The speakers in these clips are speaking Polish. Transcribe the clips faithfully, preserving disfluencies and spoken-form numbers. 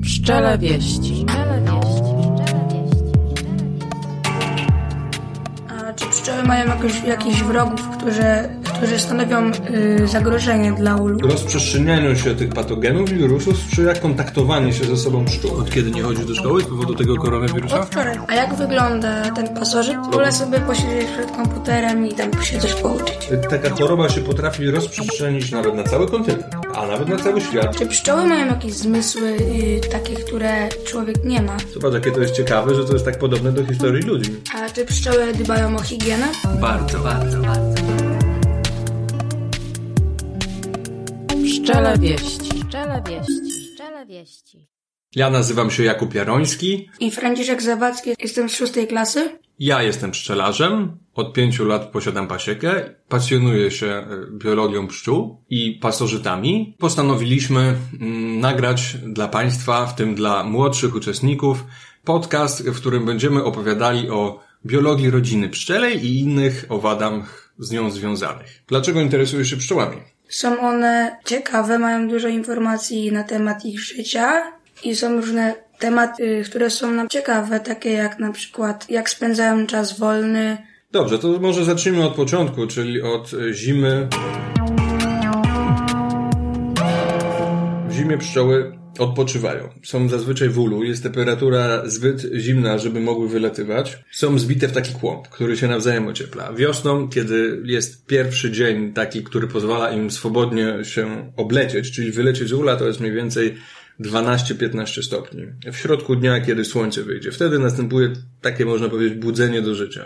Pszczele wieści. A czy pszczoły mają jakoś, jakichś wrogów, którzy, którzy stanowią y, zagrożenie dla ulu? Rozprzestrzenianiu się tych patogenów, wirusów sprzyja kontaktowanie się ze sobą pszczół. Od kiedy nie chodzi do szkoły z powodu tego koronawirusa? Od wczoraj. A jak wygląda ten pasożyt? Wolę sobie posiedzieć przed komputerem i tam się coś pouczyć. Taka choroba się potrafi rozprzestrzenić nawet na cały kontynent, a nawet na cały świat. Czy pszczoły mają jakieś zmysły y, takie, które człowiek nie ma? Zobacz, jakie to jest ciekawe, że to jest tak podobne do historii ludzi. A czy pszczoły dbają o higienę? Bardzo, bardzo, bardzo. Pszczele wieści. Pszczele wieści. Pszczele wieści. Ja nazywam się Jakub Jaroński. I Franciszek Zawadzki, jestem z szóstej klasy. Ja jestem pszczelarzem. Od pięciu lat posiadam pasiekę. Pasjonuję się biologią pszczół i pasożytami. Postanowiliśmy mm, nagrać dla Państwa, w tym dla młodszych uczestników, podcast, w którym będziemy opowiadali o biologii rodziny pszczelej i innych owadach z nią związanych. Dlaczego interesujesz się pszczołami? Są one ciekawe, mają dużo informacji na temat ich życia i są różne tematy, które są nam ciekawe, takie jak na przykład jak spędzają czas wolny. Dobrze, to może zacznijmy od początku, czyli od zimy. W zimie pszczoły odpoczywają. Są zazwyczaj w ulu, jest temperatura zbyt zimna, żeby mogły wylatywać. Są zbite w taki kłąb, który się nawzajem ociepla. Wiosną, kiedy jest pierwszy dzień taki, który pozwala im swobodnie się oblecieć, czyli wylecieć z ula, to jest mniej więcej dwanaście piętnaście stopni. W środku dnia, kiedy słońce wyjdzie. Wtedy następuje takie, można powiedzieć, budzenie do życia.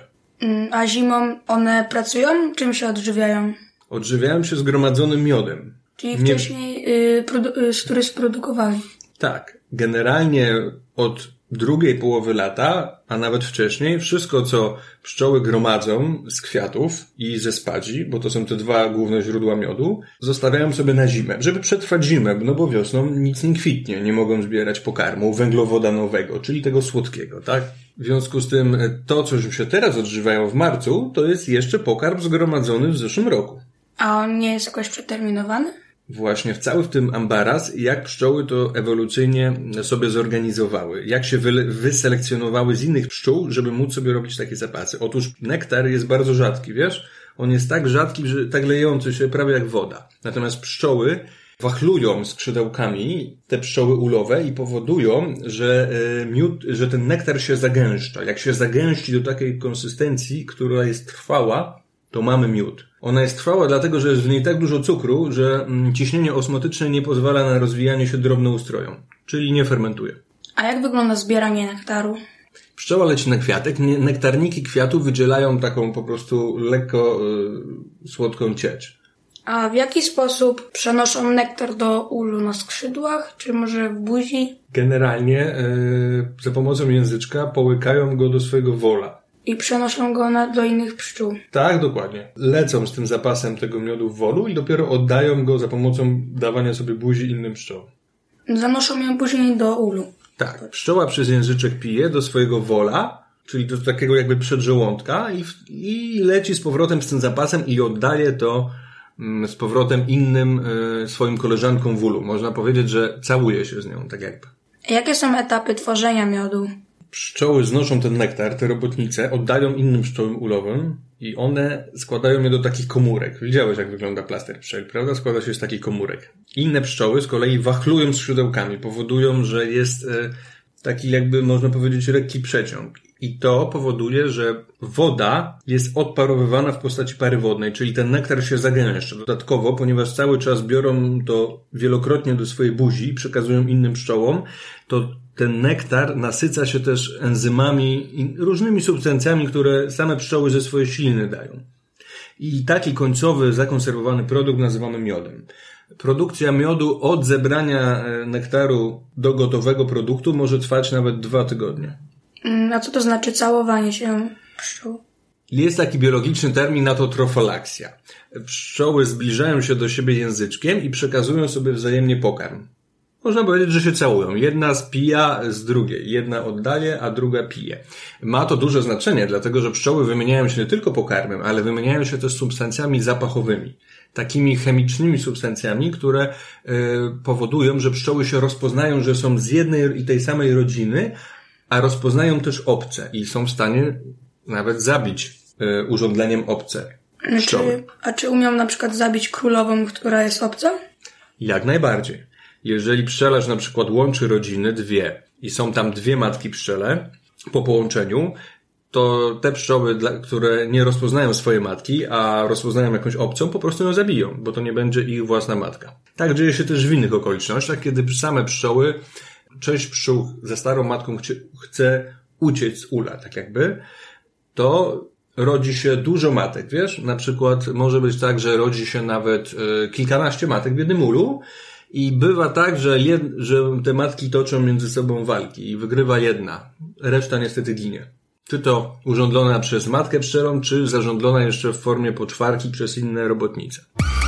A zimą one pracują? Czym się odżywiają? Odżywiają się zgromadzonym miodem. Czyli wcześniej, y, produ- y, który sprodukowali. Tak. Generalnie od drugiej połowy lata, a nawet wcześniej, wszystko co pszczoły gromadzą z kwiatów i ze spadzi, bo to są te dwa główne źródła miodu, zostawiają sobie na zimę, żeby przetrwać zimę, no bo wiosną nic nie kwitnie, nie mogą zbierać pokarmu węglowodanowego, czyli tego słodkiego, tak? W związku z tym to, co się teraz odżywają w marcu, to jest jeszcze pokarm zgromadzony w zeszłym roku. A on nie jest jakoś przeterminowany? Właśnie w cały w tym ambaras, jak pszczoły to ewolucyjnie sobie zorganizowały, jak się wy, wyselekcjonowały z innych pszczół, żeby móc sobie robić takie zapasy. Otóż nektar jest bardzo rzadki, wiesz? On jest tak rzadki, że tak lejący się prawie jak woda. Natomiast pszczoły wachlują skrzydełkami, te pszczoły ulowe, i powodują, że miód, że ten nektar się zagęszcza. Jak się zagęści do takiej konsystencji, która jest trwała, to mamy miód. Ona jest trwała dlatego, że jest w niej tak dużo cukru, że ciśnienie osmotyczne nie pozwala na rozwijanie się drobnoustrojom, czyli nie fermentuje. A jak wygląda zbieranie nektaru? Pszczoła leci na kwiatek, nektarniki kwiatu wydzielają taką po prostu lekko yy, słodką ciecz. A w jaki sposób przenoszą nektar do ulu? Na skrzydłach, czy może w buzi? Generalnie yy, za pomocą języczka połykają go do swojego wola. I przenoszą go na, do innych pszczół. Tak, dokładnie. Lecą z tym zapasem tego miodu w wolu i dopiero oddają go za pomocą dawania sobie buzi innym pszczołom. Zanoszą ją później do ulu. Tak. Pszczoła przez języczek pije do swojego wola, czyli do takiego jakby przedżołądka, i, w, i leci z powrotem z tym zapasem i oddaje to mm, z powrotem innym y, swoim koleżankom w ulu. Można powiedzieć, że całuje się z nią, tak jakby. A jakie są etapy tworzenia miodu? Pszczoły znoszą ten nektar, te robotnice, oddają innym pszczołom ulowym i one składają je do takich komórek. Widziałeś, jak wygląda plaster pszczeli, prawda? Składa się z takich komórek. Inne pszczoły z kolei wachlują skrzydełkami, powodują, że jest e, taki jakby, można powiedzieć, lekki przeciąg. I to powoduje, że woda jest odparowywana w postaci pary wodnej, czyli ten nektar się zagęszcza. Dodatkowo, ponieważ cały czas biorą to wielokrotnie do swojej buzi i przekazują innym pszczołom, to ten nektar nasyca się też enzymami i różnymi substancjami, które same pszczoły ze swojej śliny dają. I taki końcowy, zakonserwowany produkt nazywamy miodem. Produkcja miodu od zebrania nektaru do gotowego produktu może trwać nawet dwa tygodnie. A co to znaczy całowanie się pszczół? Jest taki biologiczny termin na to trofalakcja. Pszczoły zbliżają się do siebie języczkiem i przekazują sobie wzajemnie pokarm. Można powiedzieć, że się całują. Jedna spija z drugiej. Jedna oddaje, a druga pije. Ma to duże znaczenie, dlatego że pszczoły wymieniają się nie tylko pokarmem, ale wymieniają się też substancjami zapachowymi. takimi chemicznymi substancjami, które y, powodują, że pszczoły się rozpoznają, że są z jednej i tej samej rodziny, a rozpoznają też obce i są w stanie nawet zabić y, urządleniem obce pszczoły. Czy, a czy umią na przykład zabić królową, która jest obca? Jak najbardziej. Jeżeli pszczelarz na przykład łączy rodziny, dwie, i są tam dwie matki pszczele po połączeniu, to te pszczoły, które nie rozpoznają swojej matki, a rozpoznają jakąś obcą, po prostu ją zabiją, bo to nie będzie ich własna matka. Tak dzieje się też w innych okolicznościach, kiedy same pszczoły, część pszczół ze starą matką chce, chce uciec z ula, tak jakby, to rodzi się dużo matek, wiesz? Na przykład może być tak, że rodzi się nawet y, kilkanaście matek w jednym ulu i bywa tak, że, jed, że te matki toczą między sobą walki i wygrywa jedna, reszta niestety ginie. Czy to urządlona przez matkę pszczelą, czy zarządzona jeszcze w formie poczwarki przez inne robotnice.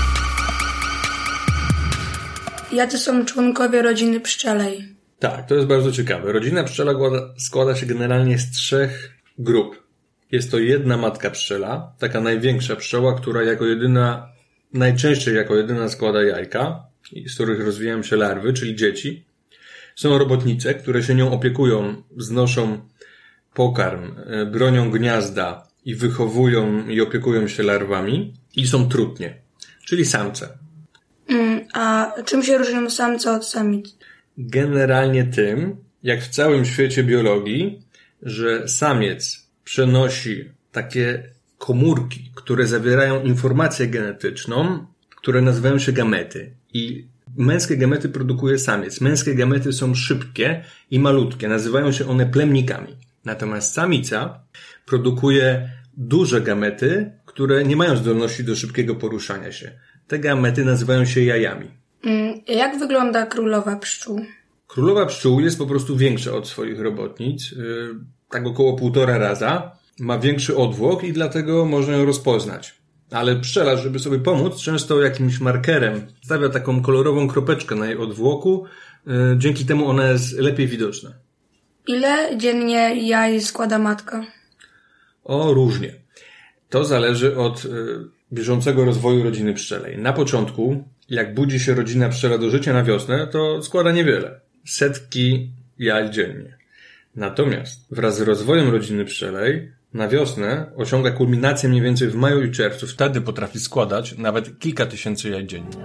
Jacy są członkowie rodziny pszczelej? Tak, to jest bardzo ciekawe. Rodzina pszczela składa się generalnie z trzech grup. Jest to jedna matka pszczela, taka największa pszczoła, która jako jedyna, najczęściej jako jedyna składa jajka, z których rozwijają się larwy, czyli dzieci. Są robotnice, które się nią opiekują, znoszą pokarm, bronią gniazda i wychowują i opiekują się larwami. I są trutnie, czyli samce. Mm, a czym się różnią samce od samic? Generalnie tym, jak w całym świecie biologii, że samiec przenosi takie komórki, które zawierają informację genetyczną, które nazywają się gamety. I męskie gamety produkuje samiec. Męskie gamety są szybkie i malutkie. Nazywają się one plemnikami. Natomiast samica produkuje duże gamety, które nie mają zdolności do szybkiego poruszania się. Te gamety nazywają się jajami. Mm, jak wygląda królowa pszczół? Królowa pszczół jest po prostu większa od swoich robotnic. Yy, tak około półtora raza. Ma większy odwłok i dlatego można ją rozpoznać. Ale pszczelarz, żeby sobie pomóc, często jakimś markerem stawia taką kolorową kropeczkę na jej odwłoku. Yy, dzięki temu ona jest lepiej widoczna. Ile dziennie jaj składa matka? O, różnie. To zależy od y, bieżącego rozwoju rodziny pszczelej. Na początku, jak budzi się rodzina pszczela do życia na wiosnę, to składa niewiele. Setki jaj dziennie. Natomiast wraz z rozwojem rodziny pszczelej na wiosnę osiąga kulminację mniej więcej w maju i czerwcu. Wtedy potrafi składać nawet kilka tysięcy jaj dziennie.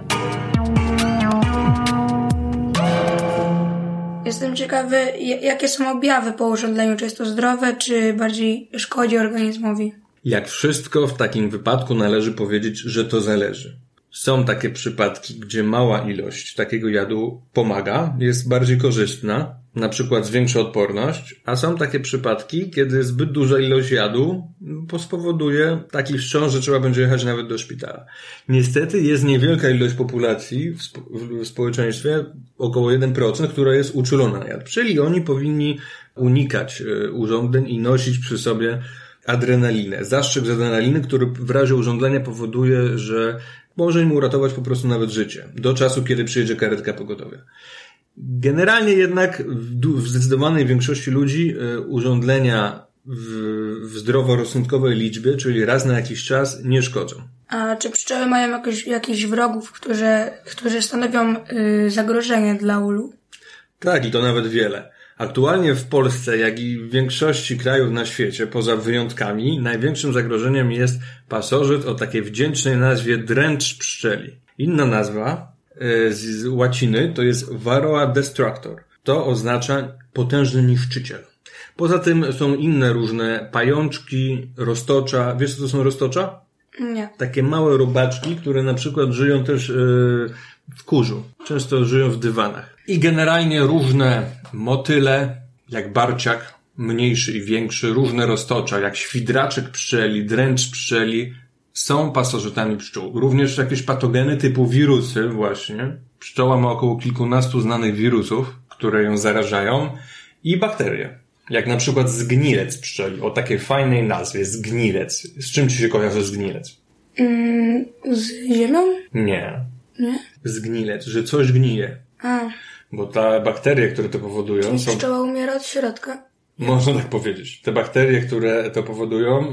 Jestem ciekawy, jakie są objawy po urządzeniu, czy jest to zdrowe, czy bardziej szkodzi organizmowi? Jak wszystko w takim wypadku należy powiedzieć, że to zależy. Są takie przypadki, gdzie mała ilość takiego jadu pomaga, jest bardziej korzystna, na przykład zwiększa odporność, a są takie przypadki, kiedy zbyt duża ilość jadu spowoduje taki wstrząs, że trzeba będzie jechać nawet do szpitala. Niestety jest niewielka ilość populacji w, spo- w społeczeństwie, około jeden procent, która jest uczulona na jad. Czyli oni powinni unikać y, urządzeń i nosić przy sobie adrenalinę. Zastrzyk z adrenaliny, który w razie urządzenia powoduje, że może im uratować po prostu nawet życie. Do czasu, kiedy przyjedzie karetka pogotowia. Generalnie jednak w zdecydowanej większości ludzi urządzenia w, w zdroworozsądkowej liczbie, czyli raz na jakiś czas, nie szkodzą. A czy pszczoły mają jakiś, jakichś wrogów, którzy, którzy stanowią y, zagrożenie dla ulu? Tak, i to nawet wiele. Aktualnie w Polsce, jak i w większości krajów na świecie, poza wyjątkami, największym zagrożeniem jest pasożyt o takiej wdzięcznej nazwie dręcz pszczeli. Inna nazwa z łaciny to jest Varroa destructor. To oznacza potężny niszczyciel. Poza tym są inne różne pajączki, roztocza. Wiesz, co to są roztocza? Nie. Takie małe robaczki, które na przykład żyją też yy, w kurzu. Często żyją w dywanach. I generalnie różne motyle, jak barciak, mniejszy i większy, różne roztocza, jak świdraczek pszczeli, dręcz pszczeli, są pasożytami pszczół. Również jakieś patogeny typu wirusy właśnie. Pszczoła ma około kilkunastu znanych wirusów, które ją zarażają, i bakterie. Jak na przykład zgnilec pszczeli, o takiej fajnej nazwie, zgnilec. Z czym ci się kojarzy zgnilec? Mm, z ziemią? Nie. Nie? Zgnilec, że coś gnije. A. Bo te bakterie, które to powodują, Czyli są... pszczoła umiera od środka? Można tak powiedzieć. Te bakterie, które to powodują,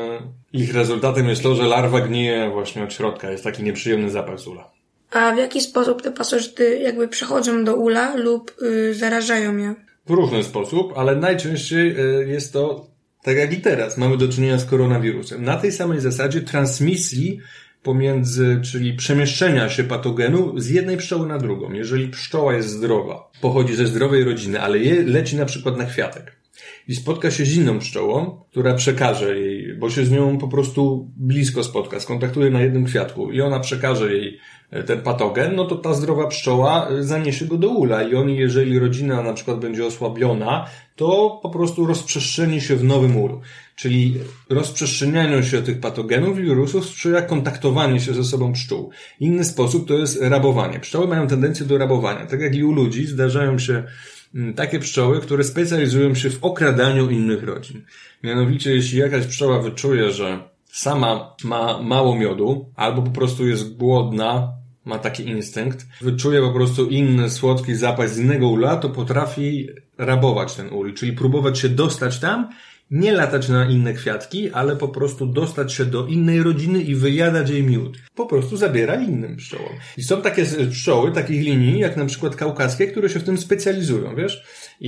ich rezultatem jest to, że larwa gnije właśnie od środka. Jest taki nieprzyjemny zapach z ula. A w jaki sposób te pasożyty jakby przechodzą do ula lub y, zarażają je? W różny sposób, ale najczęściej jest to, tak jak i teraz, mamy do czynienia z koronawirusem. Na tej samej zasadzie transmisji pomiędzy, czyli przemieszczenia się patogenu z jednej pszczoły na drugą. Jeżeli pszczoła jest zdrowa, pochodzi ze zdrowej rodziny, ale je leci na przykład na kwiatek i spotka się z inną pszczołą, która przekaże jej, bo się z nią po prostu blisko spotka, skontaktuje na jednym kwiatku i ona przekaże jej ten patogen, no to ta zdrowa pszczoła zaniesie go do ula i on, jeżeli rodzina na przykład będzie osłabiona, to po prostu rozprzestrzeni się w nowym ulu. Czyli rozprzestrzenianiu się tych patogenów i wirusów sprzyja kontaktowanie się ze sobą pszczół. Inny sposób to jest rabowanie. Pszczoły mają tendencję do rabowania. Tak jak i u ludzi zdarzają się takie pszczoły, które specjalizują się w okradaniu innych rodzin. Mianowicie, jeśli jakaś pszczoła wyczuje, że sama ma mało miodu, albo po prostu jest głodna, ma taki instynkt, wyczuje po prostu inny słodki zapach z innego ula, to potrafi rabować ten ul, czyli próbować się dostać tam, nie latać na inne kwiatki, ale po prostu dostać się do innej rodziny i wyjadać jej miód. Po prostu zabiera innym pszczołom. I są takie pszczoły, takich linii, jak na przykład kaukaskie, które się w tym specjalizują, wiesz?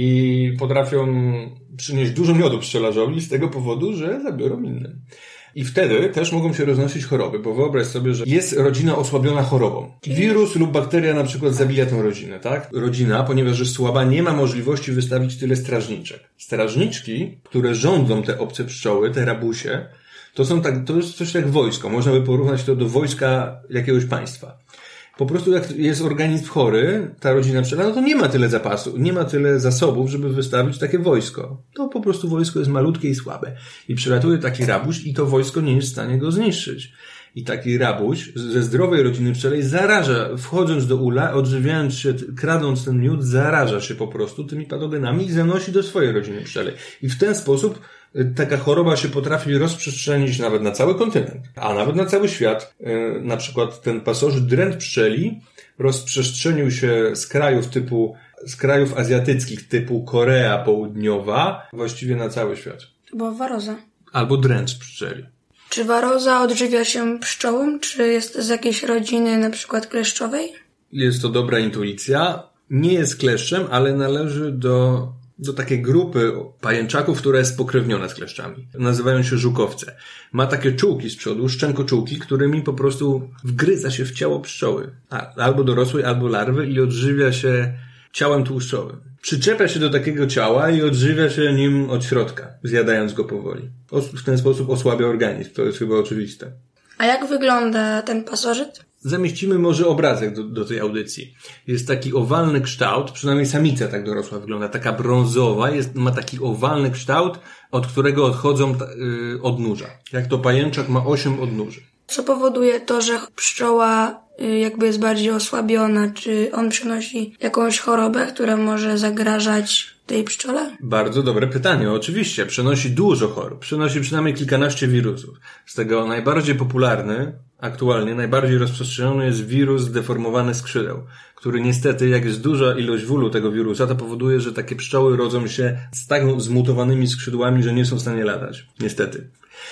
I potrafią przynieść dużo miodu pszczelarzowi z tego powodu, że zabiorą innym. I wtedy też mogą się roznosić choroby, bo wyobraź sobie, że jest rodzina osłabiona chorobą. Wirus lub bakteria na przykład zabija tę rodzinę, tak? Rodzina, ponieważ jest słaba, nie ma możliwości wystawić tyle strażniczek. Strażniczki, które rządzą te obce pszczoły, te rabusie, to są tak, to jest coś jak wojsko. Można by porównać to do wojska jakiegoś państwa. Po prostu jak jest organizm chory, ta rodzina pszczela, no to nie ma tyle zapasu, nie ma tyle zasobów, żeby wystawić takie wojsko. To po prostu wojsko jest malutkie i słabe. I przylatuje taki rabuś i to wojsko nie jest w stanie go zniszczyć. I taki rabuś ze zdrowej rodziny pszczelej zaraża, wchodząc do ula, odżywiając się, kradąc ten miód, zaraża się po prostu tymi patogenami i zanosi do swojej rodziny pszczelej. I w ten sposób taka choroba się potrafi rozprzestrzenić nawet na cały kontynent, a nawet na cały świat. Na przykład ten pasożyt dręt pszczeli rozprzestrzenił się z krajów typu, z krajów azjatyckich typu Korea Południowa właściwie na cały świat. To była waroza. Albo dręcz pszczeli. Czy waroza odżywia się pszczołą, czy jest z jakiejś rodziny, na przykład kleszczowej? Jest to dobra intuicja. Nie jest kleszczem, ale należy do, do takiej grupy pajęczaków, która jest spokrewniona z kleszczami. Nazywają się żukowce. Ma takie czułki z przodu, szczękoczułki, którymi po prostu wgryza się w ciało pszczoły. A, albo dorosłej, albo larwy i odżywia się ciałem tłuszczowym. Przyczepia się do takiego ciała i odżywia się nim od środka, zjadając go powoli. W ten sposób osłabia organizm, to jest chyba oczywiste. A jak wygląda ten pasożyt? Zamieścimy może obrazek do, do tej audycji. Jest taki owalny kształt, przynajmniej samica tak dorosła wygląda, taka brązowa, jest, ma taki owalny kształt, od którego odchodzą yy, odnóża. Jak to pajęczak ma osiem odnóży. Co powoduje to, że pszczoła y, jakby jest bardziej osłabiona? Czy on przenosi jakąś chorobę, która może zagrażać tej pszczole? Bardzo dobre pytanie. Oczywiście, przenosi dużo chorób. Przenosi przynajmniej kilkanaście wirusów. Z tego najbardziej popularny, aktualnie najbardziej rozprzestrzeniony jest wirus zdeformowany skrzydeł, który niestety, jak jest duża ilość wulu tego wirusa, to powoduje, że takie pszczoły rodzą się z tak zmutowanymi skrzydłami, że nie są w stanie latać. Niestety.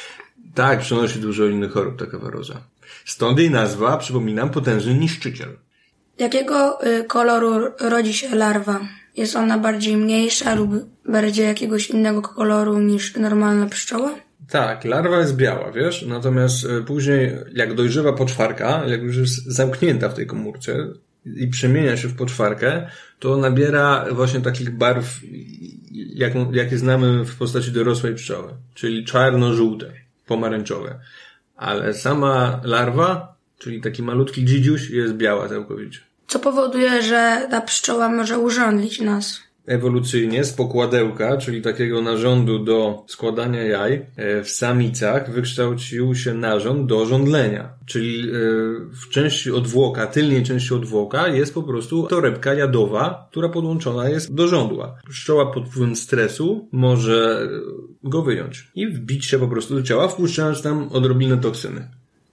Tak, przenosi dużo innych chorób taka waroza. Stąd jej nazwa, przypominam, potężny niszczyciel. Jakiego y, koloru rodzi się larwa? Jest ona bardziej mniejsza lub bardziej jakiegoś innego koloru niż normalna pszczoła? Tak, larwa jest biała, wiesz? Natomiast y, później, jak dojrzewa poczwarka, jak już jest zamknięta w tej komórce i przemienia się w poczwarkę, to nabiera właśnie takich barw, jak, jakie znamy w postaci dorosłej pszczoły, czyli czarno-żółte, pomarańczowe. Ale sama larwa, czyli taki malutki dzidziuś, jest biała całkowicie. Co powoduje, że ta pszczoła może urządlić nas? Ewolucyjnie z pokładełka, czyli takiego narządu do składania jaj, w samicach wykształcił się narząd do żądlenia. Czyli w części odwłoka, tylnej części odwłoka jest po prostu torebka jadowa, która podłączona jest do żądła. Pszczoła pod wpływem stresu może go wyjąć i wbić się po prostu do ciała, wpuszczając tam odrobinę toksyny.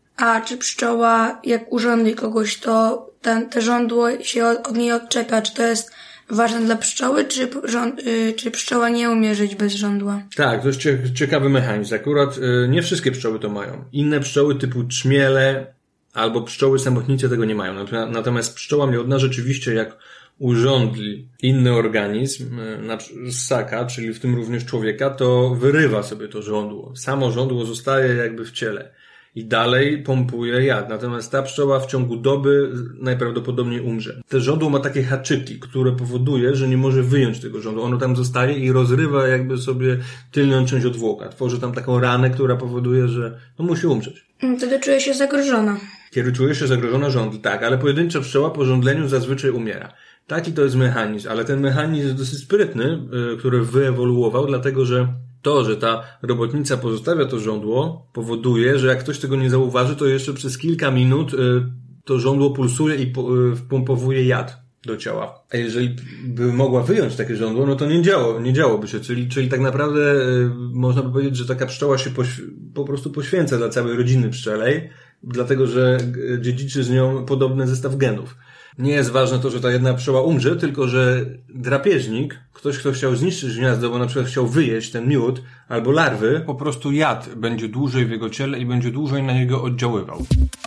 A czy pszczoła, jak urządli kogoś, to ten, te żądło się od, od niej odczepia? Czy to jest ważne dla pszczoły, czy, żą- y, czy pszczoła nie umie żyć bez żądła? Tak, to jest cie- ciekawy mechanizm. Akurat y, nie wszystkie pszczoły to mają. Inne pszczoły typu trzmiele albo pszczoły samotnicze tego nie mają. Natomiast, natomiast pszczoła miodna rzeczywiście jak urządli inny organizm, y, na, ssaka, czyli w tym również człowieka, to wyrywa sobie to żądło. Samo żądło zostaje jakby w ciele. I dalej pompuje jad. Natomiast ta pszczoła w ciągu doby najprawdopodobniej umrze. Te żądło ma takie haczyki, które powoduje, że nie może wyjąć tego żądła. Ono tam zostaje i rozrywa jakby sobie tylną część odwłoka. Tworzy tam taką ranę, która powoduje, że no musi umrzeć. Wtedy czuje się zagrożona. Kiedy czuje się zagrożona żądl, tak, ale pojedyncza pszczoła po żądleniu zazwyczaj umiera. Taki to jest mechanizm, ale ten mechanizm jest dosyć sprytny, yy, który wyewoluował, dlatego że to, że ta robotnica pozostawia to żądło, powoduje, że jak ktoś tego nie zauważy, to jeszcze przez kilka minut y, to żądło pulsuje i po, y, wpompowuje jad do ciała. A jeżeli by mogła wyjąć takie żądło, no to nie działo, nie działoby się. Czyli, czyli tak naprawdę y, można by powiedzieć, że taka pszczoła się poś, po prostu poświęca dla całej rodziny pszczelej, dlatego że dziedziczy z nią podobny zestaw genów. Nie jest ważne to, że ta jedna pszczoła umrze, tylko że drapieżnik, ktoś, kto chciał zniszczyć gniazdo, bo na przykład chciał wyjeść ten miód albo larwy, po prostu jad będzie dłużej w jego ciele i będzie dłużej na niego oddziaływał.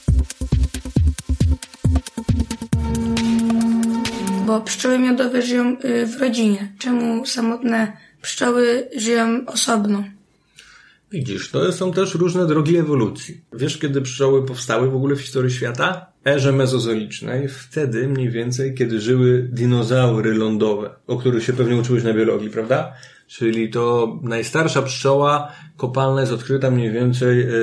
Bo pszczoły miodowe żyją w rodzinie. Czemu samotne pszczoły żyją osobno? Widzisz, to są też różne drogi ewolucji. Wiesz, kiedy pszczoły powstały w ogóle w historii świata? Erze mezozoicznej, wtedy mniej więcej, kiedy żyły dinozaury lądowe, o których się pewnie uczyłeś na biologii, prawda? Czyli to najstarsza pszczoła kopalna jest odkryta mniej więcej yy,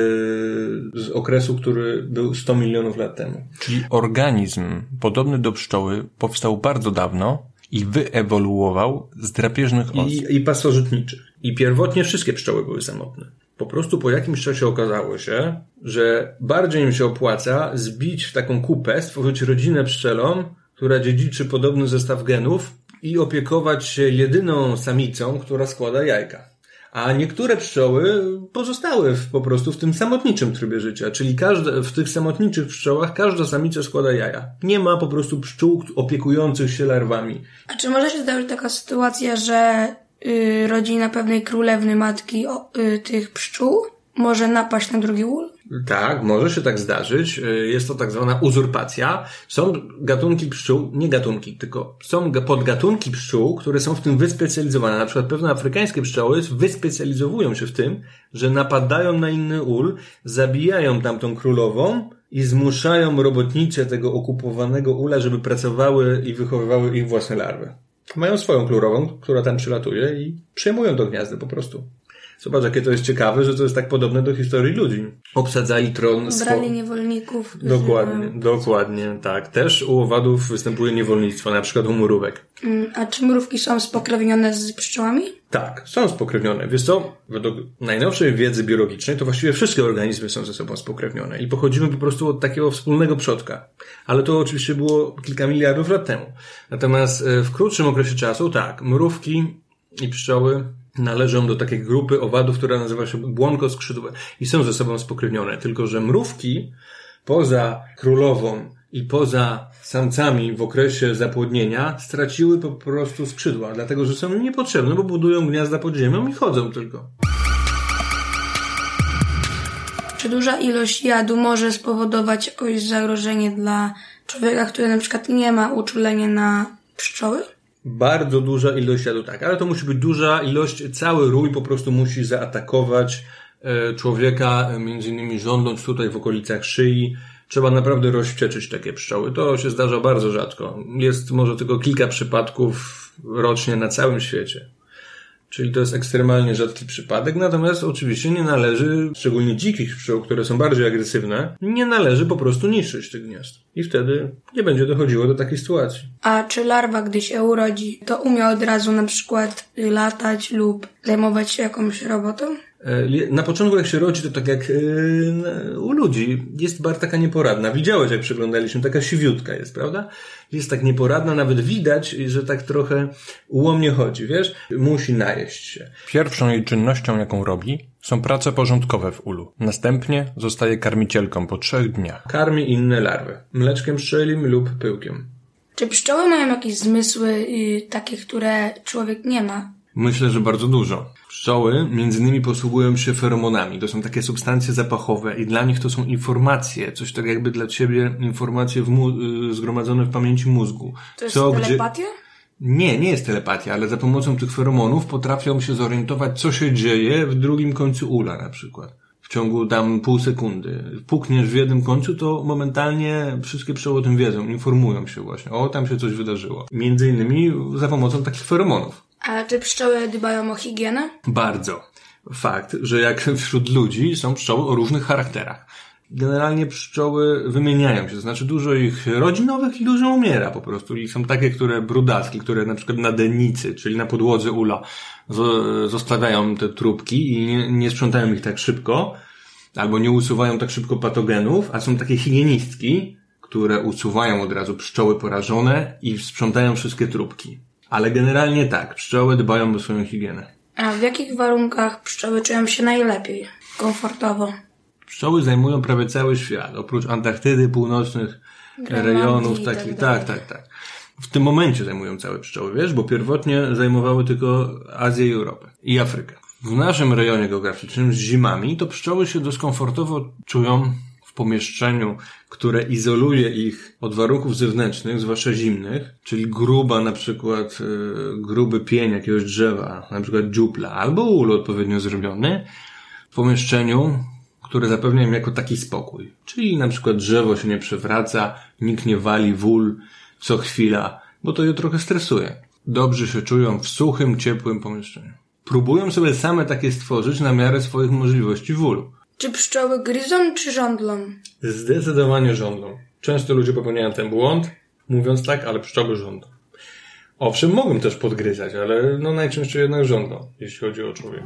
z okresu, który był sto milionów lat temu. Czyli organizm podobny do pszczoły powstał bardzo dawno i wyewoluował z drapieżnych os. I, i pasożytniczych. I pierwotnie wszystkie pszczoły były samotne. Po prostu po jakimś czasie okazało się, że bardziej im się opłaca zbić w taką kupę, stworzyć rodzinę pszczelą, która dziedziczy podobny zestaw genów i opiekować się jedyną samicą, która składa jajka. A niektóre pszczoły pozostały w, po prostu w tym samotniczym trybie życia, czyli każde, w tych samotniczych pszczołach każda samica składa jaja. Nie ma po prostu pszczół opiekujących się larwami. A czy może się zdarzyć taka sytuacja, że y, rodzina pewnej królewny matki o, y, tych pszczół może napaść na drugi ul? Tak, może się tak zdarzyć. Jest to tak zwana uzurpacja. Są gatunki pszczół, nie gatunki, tylko są podgatunki pszczół, które są w tym wyspecjalizowane. Na przykład pewne afrykańskie pszczoły wyspecjalizowują się w tym, że napadają na inny ul, zabijają tamtą królową i zmuszają robotnice tego okupowanego ula, żeby pracowały i wychowywały ich własne larwy. Mają swoją królową, która tam przylatuje i przejmują to gniazdo po prostu. Zobacz, jakie to jest ciekawe, że to jest tak podobne do historii ludzi. Obsadzali tron... Brali swo... niewolników. Dokładnie, żeby... dokładnie, tak. Też u owadów występuje niewolnictwo, na przykład u mrówek. A czy mrówki są spokrewnione z pszczołami? Tak, są spokrewnione. Wiesz co, według najnowszej wiedzy biologicznej to właściwie wszystkie organizmy są ze sobą spokrewnione i pochodzimy po prostu od takiego wspólnego przodka. Ale to oczywiście było kilka miliardów lat temu. Natomiast w krótszym okresie czasu, tak, mrówki i pszczoły należą do takiej grupy owadów, która nazywa się błonkoskrzydłe i są ze sobą spokrewnione. Tylko że mrówki poza królową i poza samcami w okresie zapłodnienia straciły po prostu skrzydła, dlatego że są niepotrzebne, bo budują gniazda pod ziemią i chodzą tylko. Czy duża ilość jadu może spowodować jakieś zagrożenie dla człowieka, który na przykład nie ma uczulenia na pszczoły? Bardzo duża ilość jadu, tak, ale to musi być duża ilość, cały rój po prostu musi zaatakować e, człowieka, między innymi żądąc tutaj w okolicach szyi. Trzeba naprawdę rozwścieczyć takie pszczoły. To się zdarza bardzo rzadko. Jest może tylko kilka przypadków rocznie na całym świecie. Czyli to jest ekstremalnie rzadki przypadek, natomiast oczywiście nie należy, szczególnie dzikich pszczół, które są bardziej agresywne, nie należy po prostu niszczyć tych gniazd. I wtedy nie będzie dochodziło do takiej sytuacji. A czy larwa, gdy się urodzi, to umie od razu na przykład latać lub zajmować się jakąś robotą? Na początku jak się rodzi, to tak jak yy, u ludzi, jest bardzo taka nieporadna. Widziałeś, jak przeglądaliśmy, taka siwiutka jest, prawda? Jest tak nieporadna, nawet widać, że tak trochę ułomnie chodzi, wiesz? Musi najeść się. Pierwszą jej czynnością, jaką robi, są prace porządkowe w ulu. Następnie zostaje karmicielką po trzech dniach. Karmi inne larwy. Mleczkiem pszczelim lub pyłkiem. Czy pszczoły mają jakieś zmysły y, takie, które człowiek nie ma? Myślę, że bardzo dużo. Pszczoły między innymi posługują się feromonami. To są takie substancje zapachowe i dla nich to są informacje. Coś tak jakby dla ciebie informacje w mu- zgromadzone w pamięci mózgu. To jest co, telepatia? Gdzie... Nie, nie jest telepatia, ale za pomocą tych feromonów potrafią się zorientować, co się dzieje w drugim końcu ula na przykład. W ciągu tam pół sekundy. Pukniesz w jednym końcu, to momentalnie wszystkie pszczoły o tym wiedzą, informują się właśnie. O, tam się coś wydarzyło. Między innymi za pomocą takich feromonów. A czy pszczoły dbają o higienę? Bardzo. Fakt, że jak wśród ludzi są pszczoły o różnych charakterach. Generalnie pszczoły wymieniają się, to znaczy dużo ich rodzi nowych i dużo umiera po prostu. I są takie, które brudaski, które na przykład na dennicy, czyli na podłodze ula zostawiają te trupki i nie, nie sprzątają ich tak szybko, albo nie usuwają tak szybko patogenów, a są takie higienistki, które usuwają od razu pszczoły porażone i sprzątają wszystkie trupki. Ale generalnie tak, pszczoły dbają o swoją higienę. A w jakich warunkach pszczoły czują się najlepiej, komfortowo? Pszczoły zajmują prawie cały świat, oprócz Antarktydy, północnych Grenlandii rejonów, i tak, tak tak, dalej. tak, tak. W tym momencie zajmują całe pszczoły, wiesz, bo pierwotnie zajmowały tylko Azję i Europę i Afrykę. W naszym rejonie geograficznym z zimami to pszczoły się dyskomfortowo czują w pomieszczeniu, które izoluje ich od warunków zewnętrznych, zwłaszcza zimnych, czyli gruba na przykład y, gruby pień jakiegoś drzewa, na przykład dziupla, albo ul odpowiednio zrobiony, w pomieszczeniu, które zapewnia im jako taki spokój. Czyli na przykład drzewo się nie przewraca, nikt nie wali w ul co chwila, bo to je trochę stresuje. Dobrze się czują w suchym, ciepłym pomieszczeniu. Próbują sobie same takie stworzyć na miarę swoich możliwości w ulu. Czy pszczoły gryzą czy żądlą? Zdecydowanie żądlą. Często ludzie popełniają ten błąd, mówiąc tak, ale pszczoły żądlą. Owszem, mogą też podgryzać, ale no najczęściej jednak żądlą, jeśli chodzi o człowieka.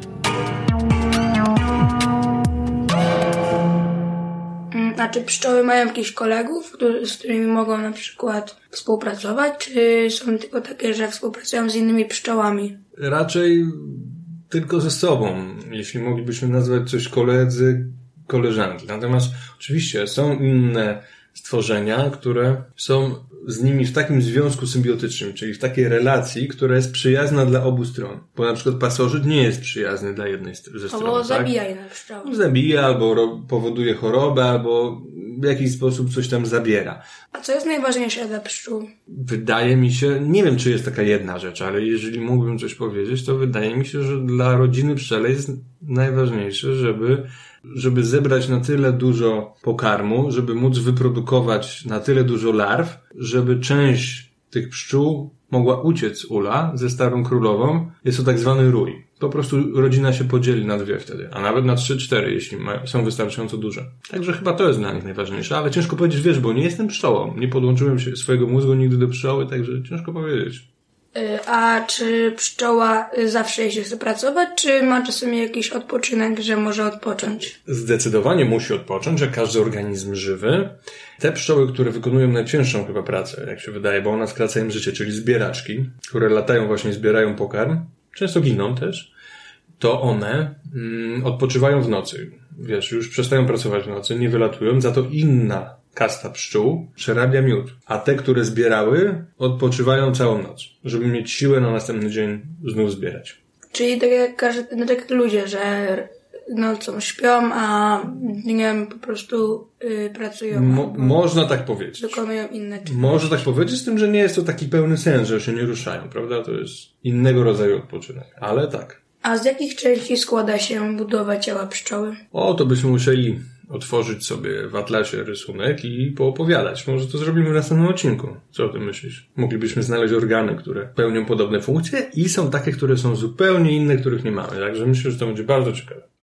A czy pszczoły mają jakichś kolegów, którzy, z którymi mogą na przykład współpracować, czy są tylko takie, że współpracują z innymi pszczołami? Raczej tylko ze sobą, jeśli moglibyśmy nazwać coś koledzy, koleżanki. Natomiast oczywiście są inne stworzenia, które są z nimi w takim związku symbiotycznym, czyli w takiej relacji, która jest przyjazna dla obu stron. Bo na przykład pasożyt nie jest przyjazny dla jednej ze stron. Albo tak? zabija inne pszczoły. Zabija, albo ro- powoduje chorobę, albo w jakiś sposób coś tam zabiera. A co jest najważniejsze dla pszczół? Wydaje mi się, nie wiem czy jest taka jedna rzecz, ale jeżeli mógłbym coś powiedzieć, to wydaje mi się, że dla rodziny pszczelej jest najważniejsze, żeby żeby zebrać na tyle dużo pokarmu, żeby móc wyprodukować na tyle dużo larw, żeby część tych pszczół mogła uciec z ula ze starą królową. Jest to tak zwany rój. Po prostu rodzina się podzieli na dwie wtedy, a nawet na trzy, cztery, jeśli ma, są wystarczająco duże. Także chyba to jest dla nich najważniejsze, ale ciężko powiedzieć, wiesz, bo nie jestem pszczołą. Nie podłączyłem się swojego mózgu nigdy do pszczoły, także ciężko powiedzieć. A czy pszczoła zawsze jeśli chce pracować, czy ma czasami jakiś odpoczynek, że może odpocząć? Zdecydowanie musi odpocząć, jak każdy organizm żywy. Te pszczoły, które wykonują najcięższą chyba pracę, jak się wydaje, bo ona skraca im życie, czyli zbieraczki, które latają właśnie, zbierają pokarm, często giną też, to one mm, odpoczywają w nocy. Wiesz, już przestają pracować w nocy, nie wylatują, za to inna kasta pszczół przerabia miód. A te, które zbierały, odpoczywają całą noc, żeby mieć siłę na następny dzień znów zbierać. Czyli tak jak, każdy, no tak jak ludzie, że nocą śpią, a dniem po prostu yy, pracują. Mo- można tak powiedzieć. Wykonują inne czynności. Można tak powiedzieć, z tym, że nie jest to taki pełny sens, że się nie ruszają, prawda? To jest innego rodzaju odpoczynek. Ale tak. A z jakich części składa się budowa ciała pszczoły? O, to byśmy musieli otworzyć sobie w atlasie rysunek i poopowiadać. Może to zrobimy w następnym odcinku. Co o tym myślisz? Moglibyśmy znaleźć organy, które pełnią podobne funkcje i są takie, które są zupełnie inne, których nie mamy. Także myślę, że to będzie bardzo ciekawe.